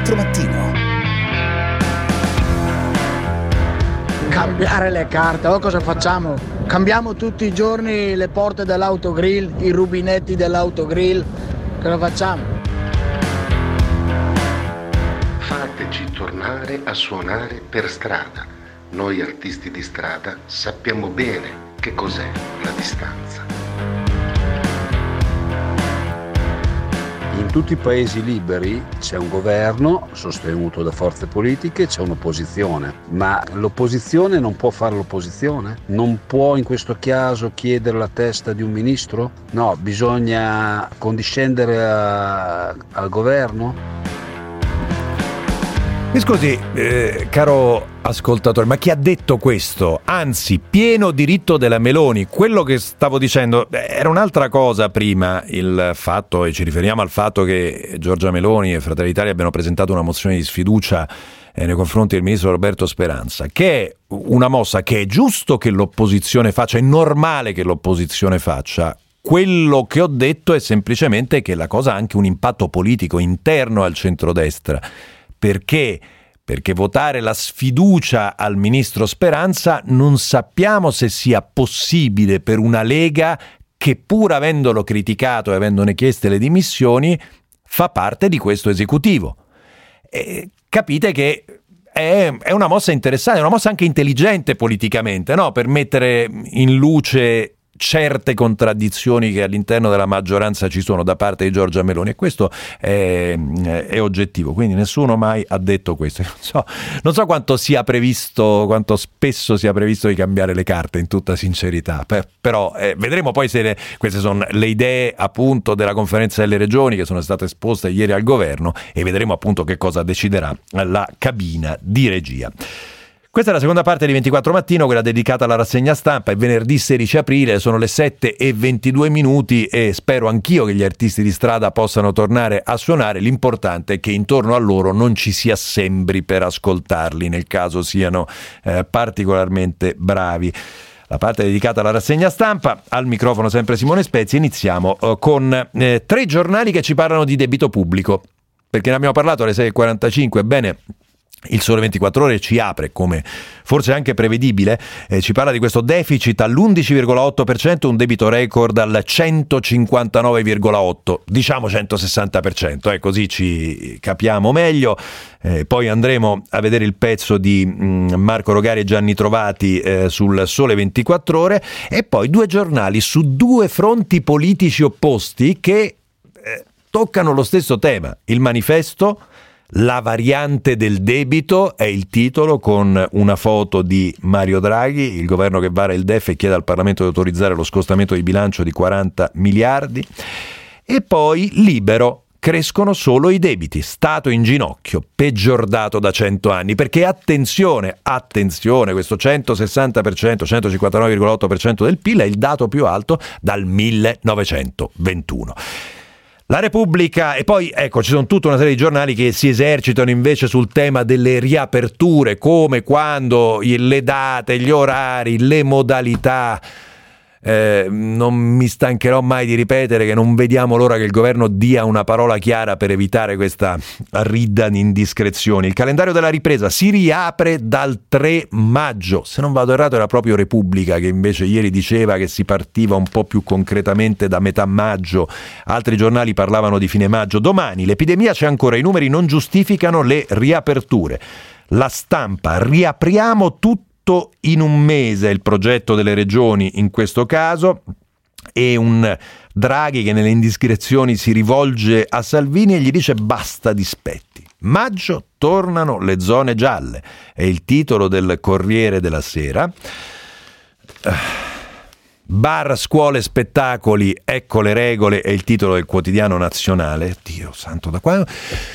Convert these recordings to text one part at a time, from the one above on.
24 Mattino. Cambiare le carte, cosa facciamo? Cambiamo tutti i giorni le porte dell'autogrill, i rubinetti dell'autogrill, cosa facciamo? Fateci tornare a suonare per strada. Noi artisti di strada sappiamo bene che cos'è la distanza. In tutti i paesi liberi c'è un governo sostenuto da forze politiche, c'è un'opposizione, ma l'opposizione non può fare l'opposizione? Non può in questo caso chiedere la testa di un ministro? No, bisogna condiscendere al governo? Mi scusi, caro ascoltatore, ma chi ha detto questo? Anzi, pieno diritto della Meloni. Quello che stavo dicendo era un'altra cosa prima, il fatto, e ci riferiamo al fatto che Giorgia Meloni e Fratelli d'Italia abbiano presentato una mozione di sfiducia nei confronti del ministro Roberto Speranza, che è una mossa che è giusto che l'opposizione faccia, è normale che l'opposizione faccia. Quello che ho detto è semplicemente che la cosa ha anche un impatto politico interno al centrodestra. Perché? Perché votare la sfiducia al ministro Speranza non sappiamo se sia possibile per una Lega che, pur avendolo criticato e avendone chieste le dimissioni, fa parte di questo esecutivo. Capite che è una mossa interessante, è una mossa anche intelligente politicamente, no? Per mettere in luce certe contraddizioni che all'interno della maggioranza ci sono da parte di Giorgia Meloni, e questo è oggettivo, quindi nessuno mai ha detto questo. Non so quanto sia previsto, quanto spesso sia previsto di cambiare le carte, in tutta sincerità, però vedremo poi se queste sono le idee appunto della conferenza delle regioni che sono state esposte ieri al governo, e vedremo appunto che cosa deciderà la cabina di regia. Questa è la seconda parte di 24 Mattino, quella dedicata alla rassegna stampa. È venerdì 16 aprile, sono le 7:22 e spero anch'io che gli artisti di strada possano tornare a suonare. L'importante è che intorno a loro non ci si assembri per ascoltarli, nel caso siano particolarmente bravi. La parte dedicata alla rassegna stampa, al microfono sempre Simone Spezia. Iniziamo con 3 giornali che ci parlano di debito pubblico, perché ne abbiamo parlato alle 6:45, ebbene il Sole 24 Ore ci apre, come forse anche prevedibile, ci parla di questo deficit all'11,8%, un debito record al 159,8%, diciamo 160%, così ci capiamo meglio. Poi andremo a vedere il pezzo di Marco Rogari e Gianni Trovati sul Sole 24 Ore, e poi 2 giornali su 2 fronti politici opposti che toccano lo stesso tema. Il Manifesto, la variante del debito è il titolo, con una foto di Mario Draghi, il governo che vara il DEF e chiede al Parlamento di autorizzare lo scostamento di bilancio di 40 miliardi. E poi Libero, crescono solo i debiti, Stato in ginocchio, peggior dato da 100 anni, perché attenzione, questo 160%, 159,8% del PIL è il dato più alto dal 1921. La Repubblica, e poi ci sono tutta una serie di giornali che si esercitano invece sul tema delle riaperture, come, quando, le date, gli orari, le modalità. Non mi stancherò mai di ripetere che non vediamo l'ora che il governo dia una parola chiara per evitare questa ridda di indiscrezioni. Il calendario della ripresa si riapre dal 3 maggio. Se non vado errato era proprio Repubblica che invece ieri diceva che si partiva un po' più concretamente da metà maggio. Altri giornali parlavano di fine maggio. Domani l'epidemia c'è ancora, i numeri non giustificano le riaperture. La Stampa, riapriamo tutto in un mese, il progetto delle regioni in questo caso, e un Draghi che nelle indiscrezioni si rivolge a Salvini e gli dice basta dispetti. Maggio tornano le zone gialle, è il titolo del Corriere della Sera. Bar, scuole, spettacoli, ecco le regole, è il titolo del Quotidiano Nazionale. Dio santo, da quando...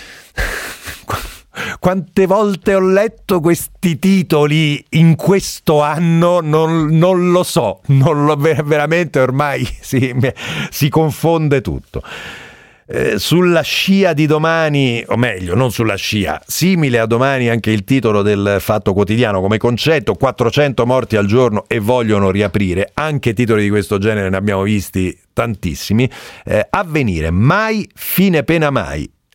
Quante volte ho letto questi titoli in questo anno, non lo so, veramente ormai si confonde tutto. Sulla scia di domani, o meglio, non sulla scia, simile a domani anche il titolo del Fatto Quotidiano come concetto, 400 morti al giorno e vogliono riaprire. Anche titoli di questo genere ne abbiamo visti tantissimi. Avvenire, mai fine pena mai.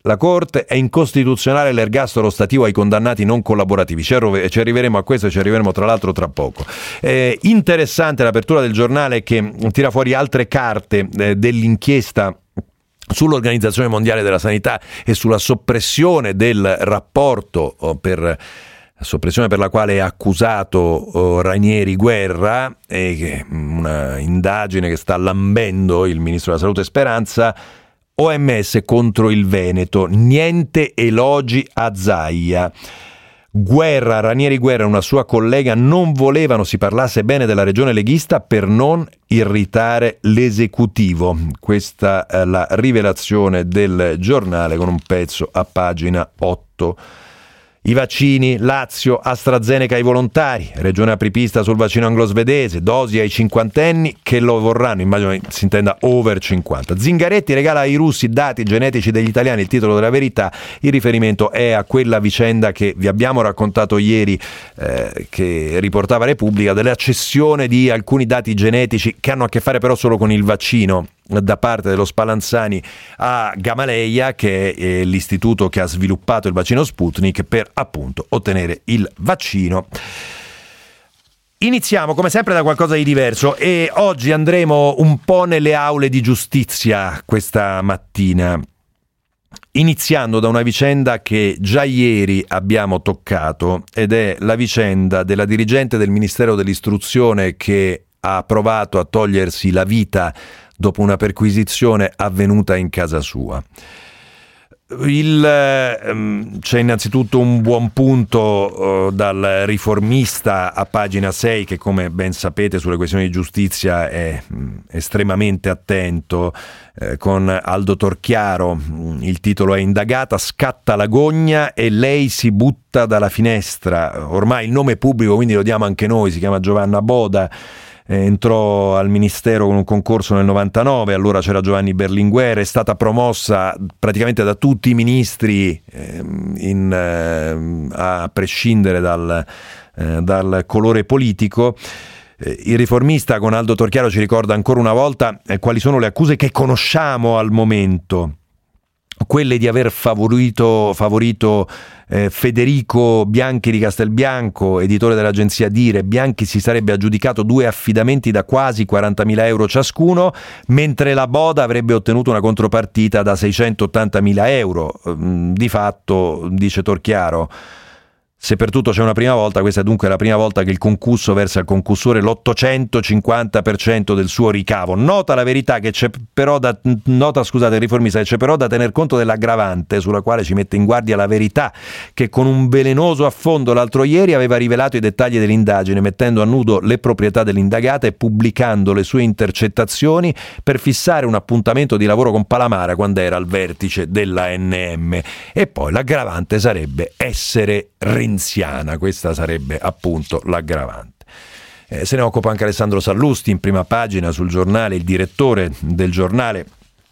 la Corte, è incostituzionale l'ergastolo ostativo ai condannati non collaborativi. Ci arriveremo a questo e ci arriveremo tra l'altro tra poco. Interessante l'apertura del giornale che tira fuori altre carte dell'inchiesta sull'Organizzazione Mondiale della Sanità e sulla soppressione del rapporto soppressione per la quale è accusato Ranieri Guerra, una indagine che sta lambendo il ministro della Salute Speranza. OMS contro il Veneto, niente elogi a Zaia. Ranieri Guerra e una sua collega non volevano si parlasse bene della regione leghista per non irritare l'esecutivo. Questa è la rivelazione del giornale con un pezzo a pagina 8. I vaccini, Lazio, AstraZeneca ai volontari, regione apripista sul vaccino anglo-svedese, dosi ai cinquantenni che lo vorranno, immagino si intenda over 50. Zingaretti regala ai russi dati genetici degli italiani, il titolo della Verità, il riferimento è a quella vicenda che vi abbiamo raccontato ieri, che riportava Repubblica, della cessione di alcuni dati genetici che hanno a che fare però solo con il vaccino da parte dello Spallanzani a Gamaleya, che è l'istituto che ha sviluppato il vaccino Sputnik, per appunto ottenere il vaccino. Iniziamo come sempre da qualcosa di diverso e oggi andremo un po' nelle aule di giustizia questa mattina, iniziando da una vicenda che già ieri abbiamo toccato, ed è la vicenda della dirigente del Ministero dell'Istruzione che ha provato a togliersi la vita dopo una perquisizione avvenuta in casa sua. C'è innanzitutto un buon punto dal Riformista a pagina 6, che come ben sapete sulle questioni di giustizia è estremamente attento, con Aldo Torchiaro. Il titolo è "Indagata, scatta la gogna e lei si butta dalla finestra". Ormai il nome è pubblico, quindi lo diamo anche noi, si chiama Giovanna Boda. Entrò al Ministero con un concorso nel 99, allora c'era Giovanni Berlinguer, è stata promossa praticamente da tutti i ministri a prescindere dal colore politico. Il Riformista con Aldo Torchiaro ci ricorda ancora una volta quali sono le accuse che conosciamo al momento. Quelle di aver favorito Federico Bianchi di Castelbianco, editore dell'agenzia Dire. Bianchi si sarebbe aggiudicato 2 affidamenti da quasi 40.000 euro ciascuno, mentre la Boda avrebbe ottenuto una contropartita da 680.000 euro. Di fatto, dice Torchiaro, se per tutto c'è una prima volta, questa è dunque la prima volta che il concusso versa al concussore l'850% del suo ricavo. Nota il Riformista, che c'è però da tener conto dell'aggravante sulla quale ci mette in guardia la Verità, che con un velenoso affondo l'altro ieri aveva rivelato i dettagli dell'indagine, mettendo a nudo le proprietà dell'indagata e pubblicando le sue intercettazioni per fissare un appuntamento di lavoro con Palamara quando era al vertice dell'ANM. E poi l'aggravante sarebbe essere renziana, questa sarebbe appunto l'aggravante. Se ne occupa anche Alessandro Sallusti in prima pagina sul giornale, il direttore del giornale.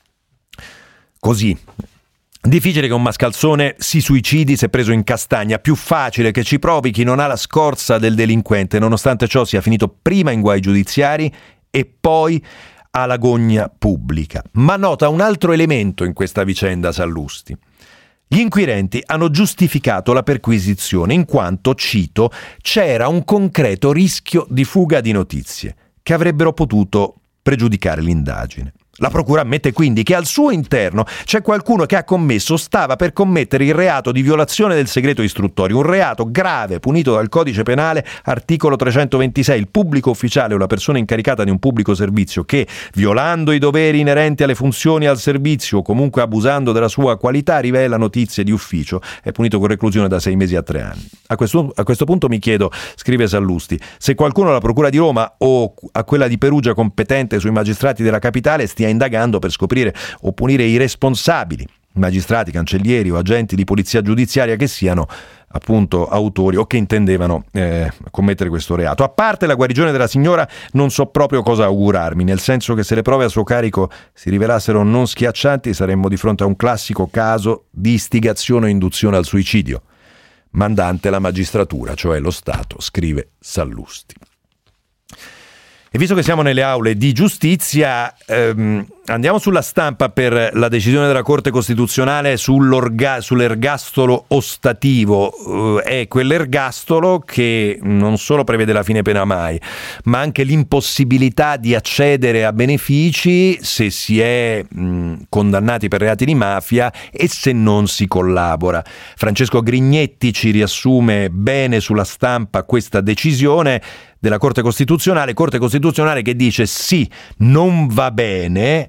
Così: difficile che un mascalzone si suicidi se preso in castagna, più facile che ci provi chi non ha la scorza del delinquente, nonostante ciò sia finito prima in guai giudiziari e poi alla gogna pubblica. Ma nota un altro elemento in questa vicenda Sallusti. Gli inquirenti hanno giustificato la perquisizione in quanto, cito, c'era un concreto rischio di fuga di notizie che avrebbero potuto pregiudicare l'indagine. La procura ammette quindi che al suo interno c'è qualcuno che ha commesso o stava per commettere il reato di violazione del segreto istruttorio, un reato grave punito dal Codice Penale, articolo 326. Il pubblico ufficiale o la persona incaricata di un pubblico servizio che, violando i doveri inerenti alle funzioni al servizio o comunque abusando della sua qualità, rivela notizie di ufficio, è punito con reclusione da 6 mesi a 3 anni. A questo punto mi chiedo, scrive Sallusti, se qualcuno alla Procura di Roma o a quella di Perugia competente sui magistrati della capitale stia indagando per scoprire o punire i responsabili, magistrati, cancellieri o agenti di polizia giudiziaria che siano appunto autori o che intendevano commettere questo reato. A parte la guarigione della signora, non so proprio cosa augurarmi, nel senso che se le prove a suo carico si rivelassero non schiaccianti saremmo di fronte a un classico caso di istigazione o induzione al suicidio, mandante la magistratura, cioè lo Stato, scrive Sallusti. E visto che siamo nelle aule di giustizia, Andiamo sulla Stampa per la decisione della Corte Costituzionale sull'ergastolo ostativo. È quell'ergastolo che non solo prevede la fine pena mai, ma anche l'impossibilità di accedere a benefici se si è condannati per reati di mafia e se non si collabora. Francesco Grignetti ci riassume bene sulla Stampa questa decisione della Corte Costituzionale che dice sì, non va bene,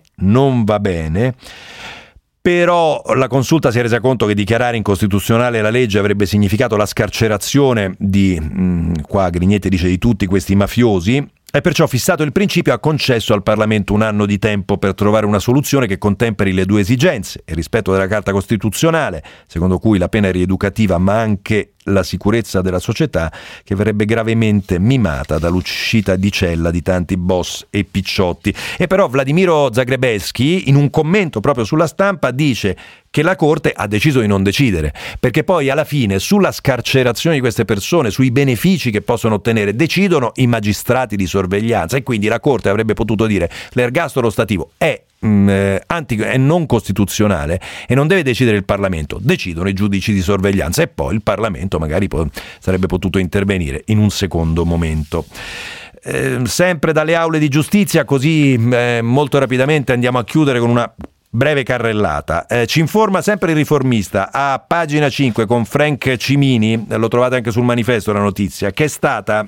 però la Consulta si è resa conto che dichiarare incostituzionale la legge avrebbe significato la scarcerazione qua Grignetti dice di tutti questi mafiosi, e perciò, fissato il principio, ha concesso al Parlamento 1 anno di tempo per trovare una soluzione che contemperi le due esigenze: il rispetto della Carta Costituzionale, secondo cui la pena è rieducativa, ma anche la sicurezza della società, che verrebbe gravemente mimata dall'uscita di cella di tanti boss e picciotti. E però Vladimiro Zagrebelsky, in un commento proprio sulla Stampa, dice che la Corte ha deciso di non decidere, perché poi alla fine sulla scarcerazione di queste persone, sui benefici che possono ottenere, decidono i magistrati di sorveglianza, e quindi la Corte avrebbe potuto dire l'ergastolo ostativo è non costituzionale e non deve decidere il Parlamento, decidono i giudici di sorveglianza, e poi il Parlamento magari sarebbe potuto intervenire in un secondo momento. Sempre dalle aule di giustizia, così molto rapidamente andiamo a chiudere con una breve carrellata. Ci informa sempre il Riformista a pagina 5 con Frank Cimini, lo trovate anche sul Manifesto la notizia, che è stata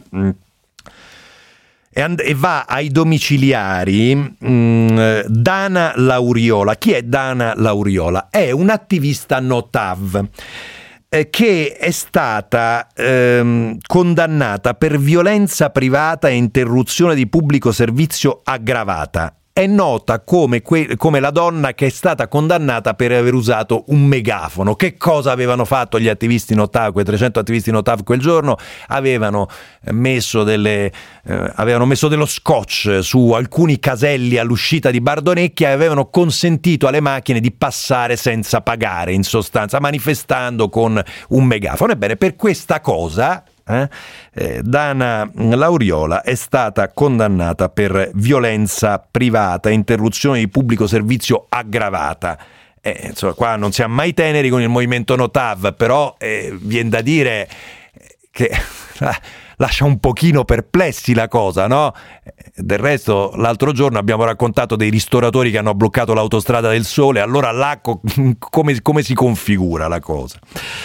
e va ai domiciliari Dana Lauriola. Chi è Dana Lauriola? È un'attivista NOTAV che è stata condannata per violenza privata e interruzione di pubblico servizio aggravata. È nota come la donna che è stata condannata per aver usato un megafono. Che cosa avevano fatto gli attivisti NOTAV, quei 300 attivisti NOTAV quel giorno? Avevano messo dello scotch su alcuni caselli all'uscita di Bardonecchia e avevano consentito alle macchine di passare senza pagare, in sostanza, manifestando con un megafono. Ebbene, per questa cosa Dana Lauriola è stata condannata per violenza privata, interruzione di pubblico servizio aggravata. Insomma, qua non siamo mai teneri con il movimento NOTAV, però viene da dire che lascia un pochino perplessi la cosa, no? Del resto, l'altro giorno abbiamo raccontato dei ristoratori che hanno bloccato l'autostrada del Sole, allora là come si configura la cosa?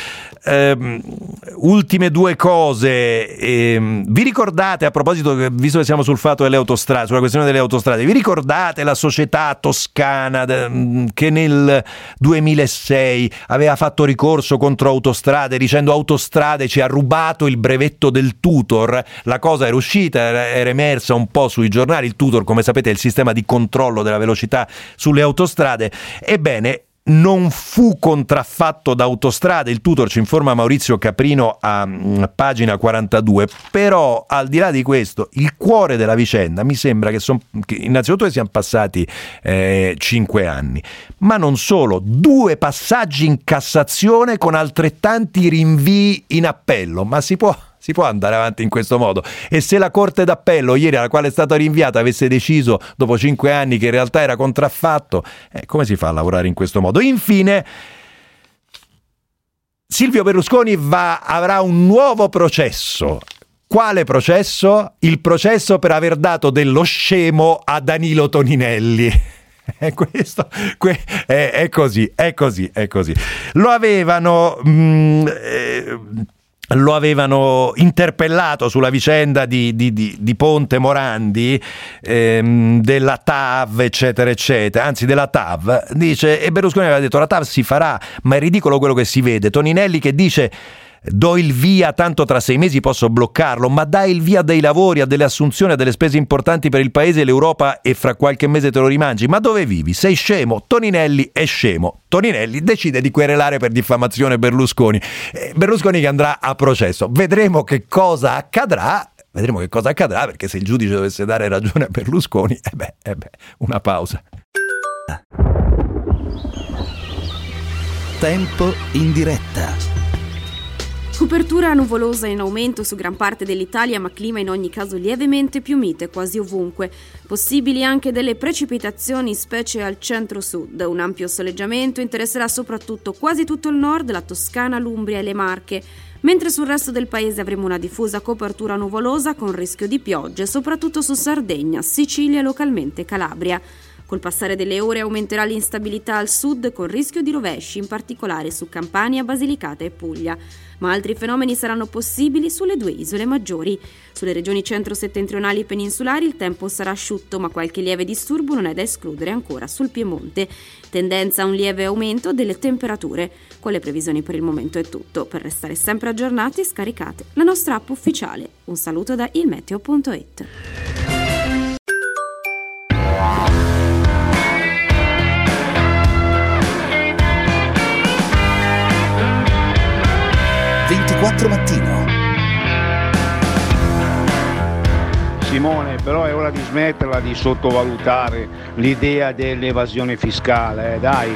Ultime due cose, vi ricordate, a proposito, visto che siamo sul fatto delle autostrade, sulla questione delle autostrade, vi ricordate la società toscana che nel 2006 aveva fatto ricorso contro Autostrade dicendo Autostrade ci ha rubato il brevetto del Tutor? La cosa era uscita, era emersa un po' sui giornali. Il Tutor, come sapete, è il sistema di controllo della velocità sulle autostrade. Ebbene, non fu contraffatto da Autostrade, il Tutor, ci informa Maurizio Caprino a pagina 42, però al di là di questo il cuore della vicenda mi sembra che innanzitutto siamo passati 5 anni, ma non solo, 2 passaggi in Cassazione con altrettanti rinvii in appello. Ma si può andare avanti in questo modo? E se la Corte d'Appello ieri, alla quale è stata rinviata, avesse deciso dopo 5 anni che in realtà era contraffatto, come si fa a lavorare in questo modo? Infine, Silvio Berlusconi avrà un nuovo processo. Quale processo? Il processo per aver dato dello scemo a Danilo Toninelli. Questo è così. Lo avevano interpellato sulla vicenda di Ponte Morandi, della TAV, eccetera, eccetera, anzi della TAV, dice, e Berlusconi aveva detto la TAV si farà, ma è ridicolo quello che si vede. Toninelli che dice do il via, tanto tra 6 mesi posso bloccarlo, ma dai il via a dei lavori, a delle assunzioni, a delle spese importanti per il paese e l'Europa, e fra qualche mese te lo rimangi. Ma dove vivi? Sei scemo? Toninelli è scemo. Toninelli decide di querelare per diffamazione Berlusconi che andrà a processo. Vedremo che cosa accadrà, perché se il giudice dovesse dare ragione a Berlusconi, una pausa. Tempo in diretta Copertura nuvolosa in aumento su gran parte dell'Italia, ma clima in ogni caso lievemente più mite quasi ovunque. Possibili anche delle precipitazioni, specie al centro-sud. Un ampio soleggiamento interesserà soprattutto quasi tutto il nord, la Toscana, l'Umbria e le Marche, mentre sul resto del paese avremo una diffusa copertura nuvolosa con rischio di piogge, soprattutto su Sardegna, Sicilia e localmente Calabria. Col passare delle ore aumenterà l'instabilità al sud con rischio di rovesci, in particolare su Campania, Basilicata e Puglia. Ma altri fenomeni saranno possibili sulle due isole maggiori. Sulle regioni centro-settentrionali e peninsulari il tempo sarà asciutto, ma qualche lieve disturbo non è da escludere ancora sul Piemonte. Tendenza a un lieve aumento delle temperature. Con le previsioni per il momento è tutto. Per restare sempre aggiornati, scaricate la nostra app ufficiale. Un saluto da ilmeteo.it. Mattino. Simone, però è ora di smetterla di sottovalutare l'idea dell'evasione fiscale, dai.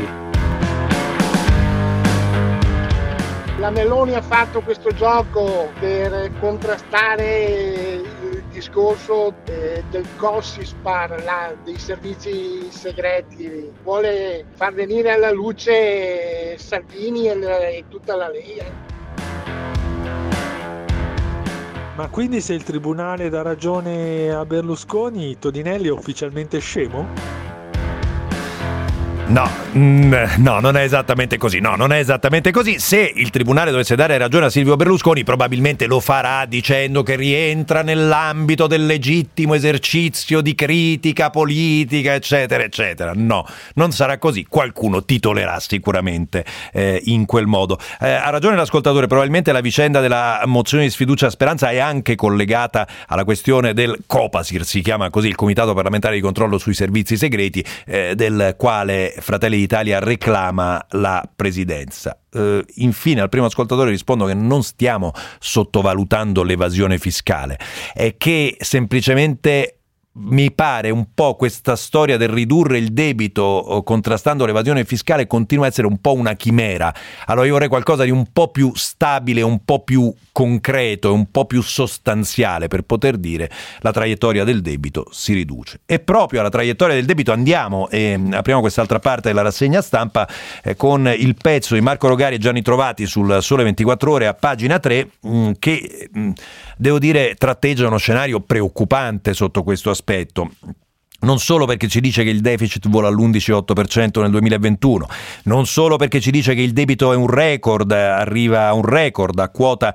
La Meloni ha fatto questo gioco per contrastare il discorso del Gossispar, dei servizi segreti. Vuole far venire alla luce Salvini e tutta la Lega. Ma quindi se il tribunale dà ragione a Berlusconi, Toninelli è ufficialmente scemo? No, non è esattamente così. No, non è esattamente così. Se il tribunale dovesse dare ragione a Silvio Berlusconi, probabilmente lo farà dicendo che rientra nell'ambito del legittimo esercizio di critica politica, eccetera, eccetera. No, non sarà così. Qualcuno titolerà sicuramente in quel modo. Ha ragione l'ascoltatore, probabilmente la vicenda della mozione di sfiducia a Speranza è anche collegata alla questione del Copasir, si chiama così, il Comitato Parlamentare di Controllo sui Servizi Segreti, del quale Fratelli d'Italia reclama la presidenza. Infine al primo ascoltatore rispondo che non stiamo sottovalutando l'evasione fiscale, è che semplicemente mi pare un po' questa storia del ridurre il debito contrastando l'evasione fiscale continua a essere un po' una chimera. Allora io vorrei qualcosa di un po' più stabile, un po' più concreto, un po' più sostanziale per poter dire la traiettoria del debito si riduce. E proprio alla traiettoria del debito andiamo e apriamo quest'altra parte della rassegna stampa con il pezzo di Marco Rogari e Gianni Trovati sul Sole 24 Ore a pagina 3 che devo dire tratteggia uno scenario preoccupante sotto questo aspetto. Non solo perché ci dice che il deficit vola all'11,8% nel 2021, non solo perché ci dice che il debito è un record, arriva a un record a quota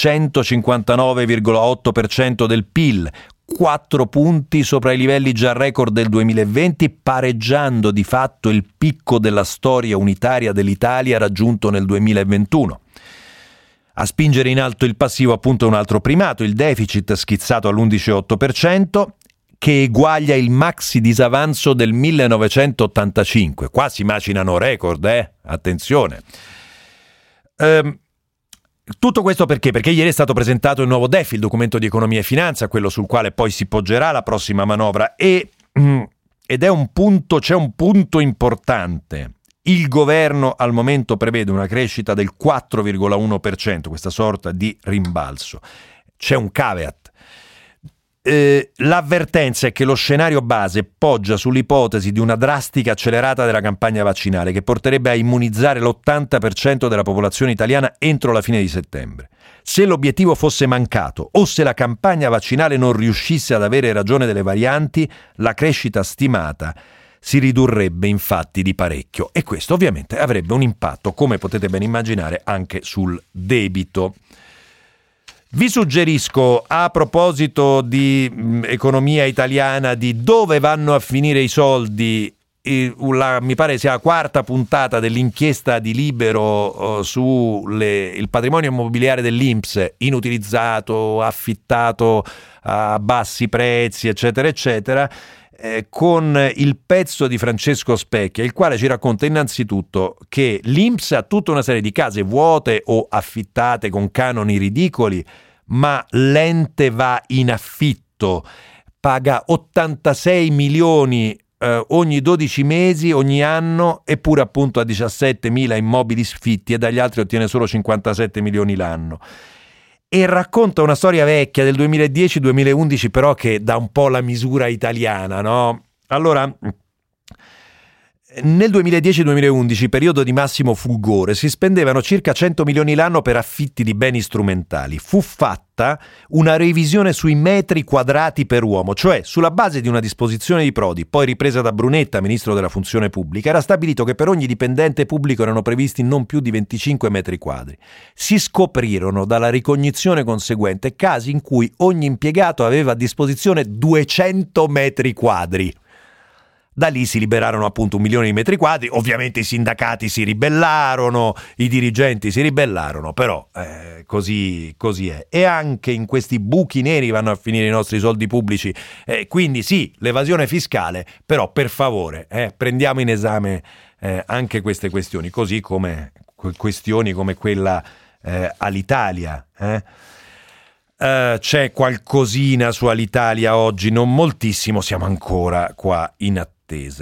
159,8% del PIL, 4 punti sopra i livelli già record del 2020, pareggiando di fatto il picco della storia unitaria dell'Italia raggiunto nel 2021. A spingere in alto il passivo appunto un altro primato, il deficit schizzato all'11,8%, che eguaglia il maxi disavanzo del 1985. Qua si macinano record, attenzione. Tutto questo perché? Perché ieri è stato presentato il nuovo DEF, il documento di economia e finanza, quello sul quale poi si poggerà la prossima manovra, ed è un punto, c'è un punto importante. Il governo al momento prevede una crescita del 4,1%, questa sorta di rimbalzo. C'è un caveat. L'avvertenza è che lo scenario base poggia sull'ipotesi di una drastica accelerata della campagna vaccinale che porterebbe a immunizzare l'80% della popolazione italiana entro la fine di settembre. Se l'obiettivo fosse mancato o se la campagna vaccinale non riuscisse ad avere ragione delle varianti, la crescita stimata si ridurrebbe infatti di parecchio e questo ovviamente avrebbe un impatto, come potete ben immaginare, anche sul debito. Vi suggerisco, a proposito di economia italiana, di dove vanno a finire i soldi, mi pare sia la quarta puntata dell'inchiesta di Libero il patrimonio immobiliare dell'INPS, inutilizzato, affittato a bassi prezzi, eccetera, eccetera, con il pezzo di Francesco Specchia, il quale ci racconta innanzitutto che l'INPS ha tutta una serie di case vuote o affittate con canoni ridicoli, ma l'ente va in affitto, paga 86 milioni ogni 12 mesi, ogni anno, eppure appunto ha 17.000 immobili sfitti e dagli altri ottiene solo 57 milioni l'anno. E racconta una storia vecchia del 2010-2011 però che dà un po' la misura italiana, no? Allora, nel 2010-2011, periodo di massimo fulgore, si spendevano circa 100 milioni l'anno per affitti di beni strumentali. Fu fatta una revisione sui metri quadrati per uomo, cioè sulla base di una disposizione di Prodi, poi ripresa da Brunetta, ministro della funzione pubblica, era stabilito che per ogni dipendente pubblico erano previsti non più di 25 metri quadri. Si scoprirono dalla ricognizione conseguente casi in cui ogni impiegato aveva a disposizione 200 metri quadri. Da lì si liberarono appunto 1 milione di metri quadri, ovviamente i sindacati si ribellarono, i dirigenti si ribellarono, però così è. E anche in questi buchi neri vanno a finire i nostri soldi pubblici, quindi sì, l'evasione fiscale, però per favore prendiamo in esame anche queste questioni, così come questioni come quella all'Italia. C'è qualcosina su Alitalia oggi, non moltissimo, siamo ancora qua in attesa.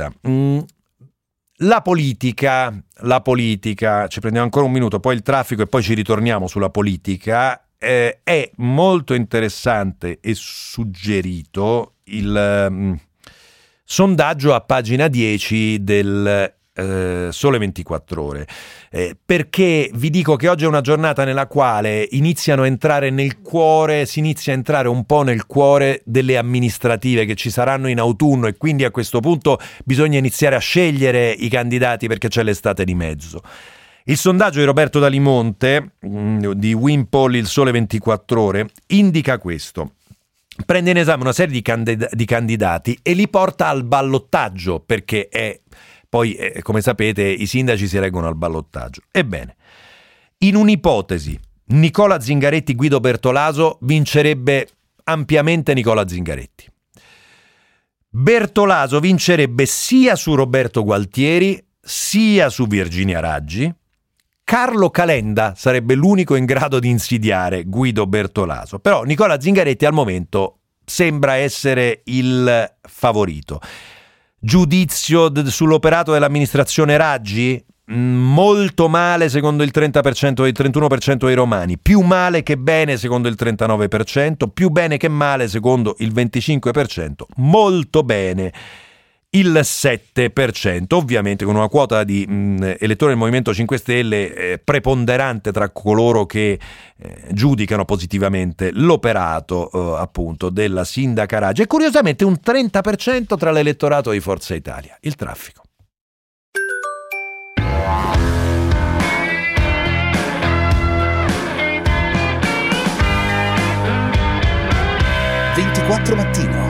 La politica, ci prendiamo ancora un minuto, poi il traffico e poi ci ritorniamo sulla politica. È molto interessante e suggerito il sondaggio a pagina 10 del Sole 24 Ore, perché vi dico che oggi è una giornata nella quale si inizia a entrare un po' nel cuore delle amministrative che ci saranno in autunno, e quindi a questo punto bisogna iniziare a scegliere i candidati perché c'è l'estate di mezzo. Il sondaggio di Roberto Dalimonte di Wimpol, il Sole 24 Ore, indica questo: prende in esame una serie di candidati e li porta al ballottaggio, perché poi, come sapete, i sindaci si eleggono al ballottaggio. Ebbene, in un'ipotesi, Nicola Zingaretti, Guido Bertolaso, vincerebbe ampiamente Nicola Zingaretti. Bertolaso vincerebbe sia su Roberto Gualtieri, sia su Virginia Raggi. Carlo Calenda sarebbe l'unico in grado di insidiare Guido Bertolaso. Però Nicola Zingaretti al momento sembra essere il favorito. Giudizio sull'operato dell'amministrazione Raggi? Molto male secondo il 30% e il 31% dei romani, più male che bene secondo il 39%, più bene che male secondo il 25%, molto bene il 7%, ovviamente con una quota di elettori del Movimento 5 Stelle preponderante tra coloro che giudicano positivamente l'operato appunto della sindaca Raggi, e curiosamente un 30% tra l'elettorato di Forza Italia. Il traffico. Mattino.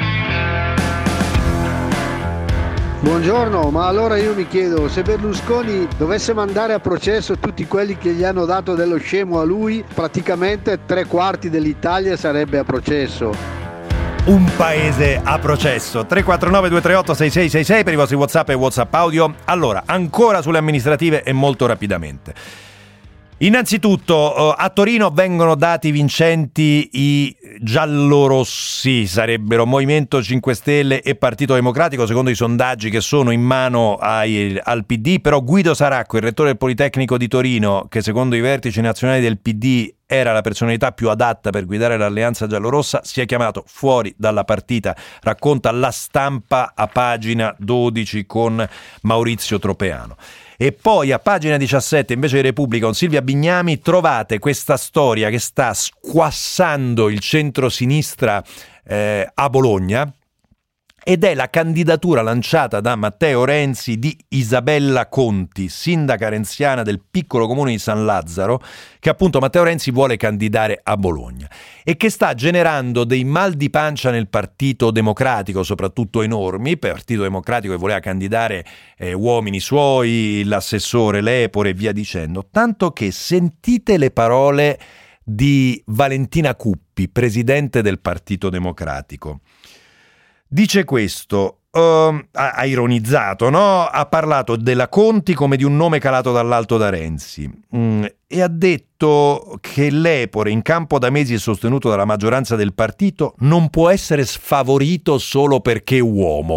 Buongiorno, ma allora io mi chiedo, se Berlusconi dovesse mandare a processo tutti quelli che gli hanno dato dello scemo a lui, praticamente 3/4 dell'Italia sarebbe a processo. Un paese a processo. 349-238-6666 per i vostri WhatsApp e WhatsApp audio. Allora, ancora sulle amministrative e molto rapidamente. Innanzitutto a Torino vengono dati vincenti i giallorossi, sarebbero Movimento 5 Stelle e Partito Democratico secondo i sondaggi che sono in mano al PD, però Guido Saracco, il rettore del Politecnico di Torino, che secondo i vertici nazionali del PD era la personalità più adatta per guidare l'alleanza giallorossa, si è chiamato fuori dalla partita, racconta La Stampa a pagina 12 con Maurizio Tropeano. E poi a pagina 17 invece di Repubblica con Silvia Bignami trovate questa storia che sta squassando il centro-sinistra a Bologna, ed è la candidatura lanciata da Matteo Renzi di Isabella Conti, sindaca renziana del piccolo comune di San Lazzaro, che appunto Matteo Renzi vuole candidare a Bologna e che sta generando dei mal di pancia nel Partito Democratico, soprattutto enormi. Partito Democratico che voleva candidare uomini suoi, l'assessore Lepore e via dicendo, tanto che sentite le parole di Valentina Cuppi, presidente del Partito Democratico. Dice questo, ha ironizzato, no? Ha parlato della Conti come di un nome calato dall'alto da Renzi e ha detto che Lepore, in campo da mesi sostenuto dalla maggioranza del partito, non può essere sfavorito solo perché è uomo.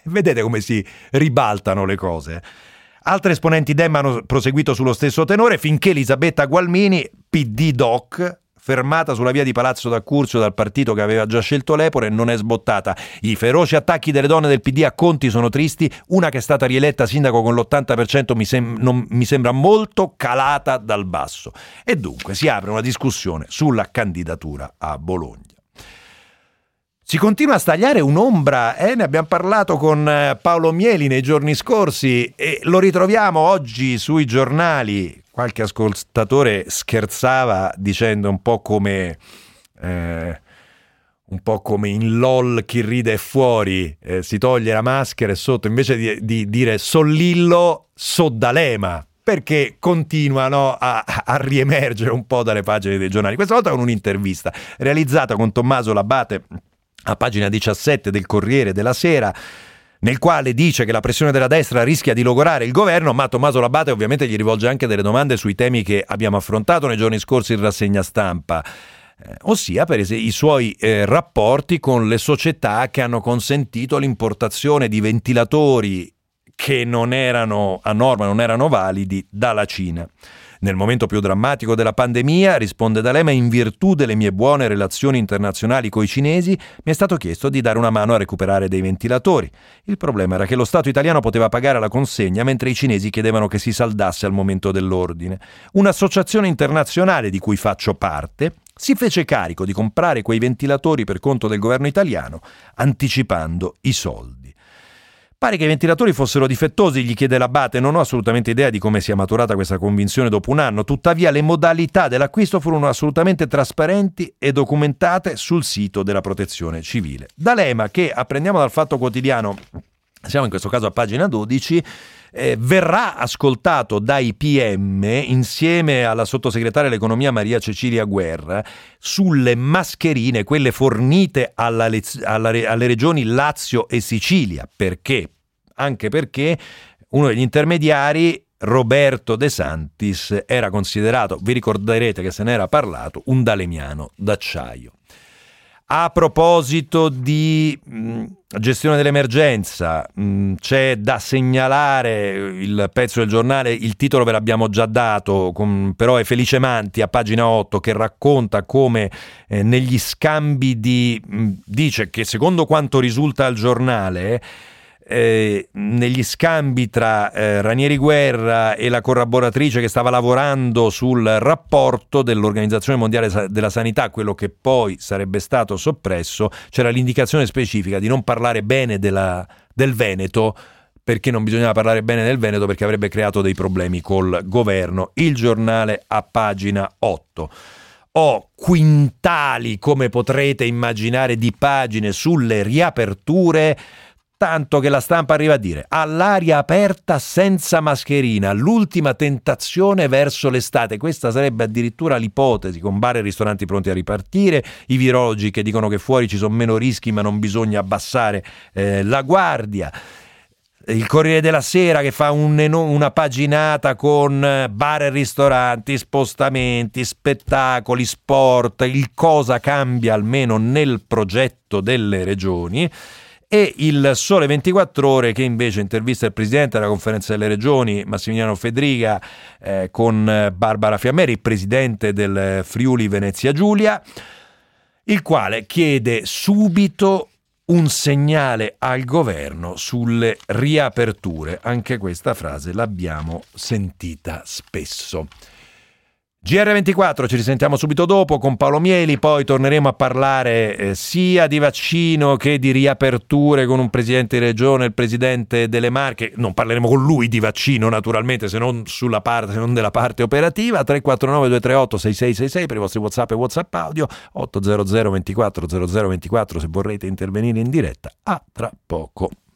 Vedete come si ribaltano le cose. Altri esponenti Dem hanno proseguito sullo stesso tenore finché Elisabetta Gualmini, PD Doc, fermata sulla via di Palazzo d'Accursio dal partito che aveva già scelto Lepore, non è sbottata. I feroci attacchi delle donne del PD a Conti sono tristi. Una che è stata rieletta sindaco con l'80% mi sembra molto calata dal basso. E dunque si apre una discussione sulla candidatura a Bologna. Si continua a stagliare un'ombra, ne abbiamo parlato con Paolo Mieli nei giorni scorsi e lo ritroviamo oggi sui giornali. Qualche ascoltatore scherzava dicendo un po' come in LOL chi ride è fuori, si toglie la maschera e sotto invece di dire Sollillo, Soddalema, perché continuano a riemergere un po' dalle pagine dei giornali. Questa volta con un'intervista realizzata con Tommaso Labate a pagina 17 del Corriere della Sera, nel quale dice che la pressione della destra rischia di logorare il governo, ma Tommaso Labate ovviamente gli rivolge anche delle domande sui temi che abbiamo affrontato nei giorni scorsi in rassegna stampa, ossia per esempio i suoi rapporti con le società che hanno consentito l'importazione di ventilatori che non erano a norma, non erano validi dalla Cina. Nel momento più drammatico della pandemia, risponde D'Alema, in virtù delle mie buone relazioni internazionali coi cinesi, mi è stato chiesto di dare una mano a recuperare dei ventilatori. Il problema era che lo Stato italiano poteva pagare la consegna, mentre i cinesi chiedevano che si saldasse al momento dell'ordine. Un'associazione internazionale di cui faccio parte si fece carico di comprare quei ventilatori per conto del governo italiano, anticipando i soldi. Pare che i ventilatori fossero difettosi, gli chiede Labate. Non ho assolutamente idea di come sia maturata questa convinzione dopo un anno, tuttavia le modalità dell'acquisto furono assolutamente trasparenti e documentate sul sito della Protezione Civile. D'Alema, che apprendiamo dal Fatto Quotidiano, siamo in questo caso a pagina 12, verrà ascoltato dai PM insieme alla sottosegretaria all'economia Maria Cecilia Guerra sulle mascherine, quelle fornite alle regioni Lazio e Sicilia. Perché? Anche perché uno degli intermediari, Roberto De Santis, era considerato, vi ricorderete che se ne era parlato, un dalemiano d'acciaio. A proposito di gestione dell'emergenza, c'è da segnalare il pezzo del giornale, il titolo ve l'abbiamo già dato, però è Felice Manti a pagina 8 che racconta come negli scambi dice che secondo quanto risulta al giornale, negli scambi tra Ranieri Guerra e la collaboratrice che stava lavorando sul rapporto dell'Organizzazione Mondiale della Sanità, quello che poi sarebbe stato soppresso, c'era l'indicazione specifica di non parlare bene del Veneto, perché non bisognava parlare bene del Veneto perché avrebbe creato dei problemi col governo. Il giornale a pagina 8. Ho quintali, come potrete immaginare, di pagine sulle riaperture, tanto che la Stampa arriva a dire: all'aria aperta senza mascherina, l'ultima tentazione verso l'estate. Questa sarebbe addirittura l'ipotesi, con bar e ristoranti pronti a ripartire, i virologi che dicono che fuori ci sono meno rischi ma non bisogna abbassare la guardia. Il Corriere della Sera che fa una paginata con bar e ristoranti, spostamenti, spettacoli, sport, il cosa cambia almeno nel progetto delle regioni. E il Sole 24 Ore che invece intervista il presidente della conferenza delle regioni Massimiliano Fedriga con Barbara Fiammeri, presidente del Friuli Venezia Giulia, il quale chiede subito un segnale al governo sulle riaperture. Anche questa frase l'abbiamo sentita spesso. GR24, ci risentiamo subito dopo con Paolo Mieli, poi torneremo a parlare sia di vaccino che di riaperture con un presidente di regione, il presidente delle Marche. Non parleremo con lui di vaccino naturalmente, se non della parte operativa. 349 238 6666 per i vostri WhatsApp e WhatsApp audio, 800 24 0024 se vorrete intervenire in diretta. A tra poco.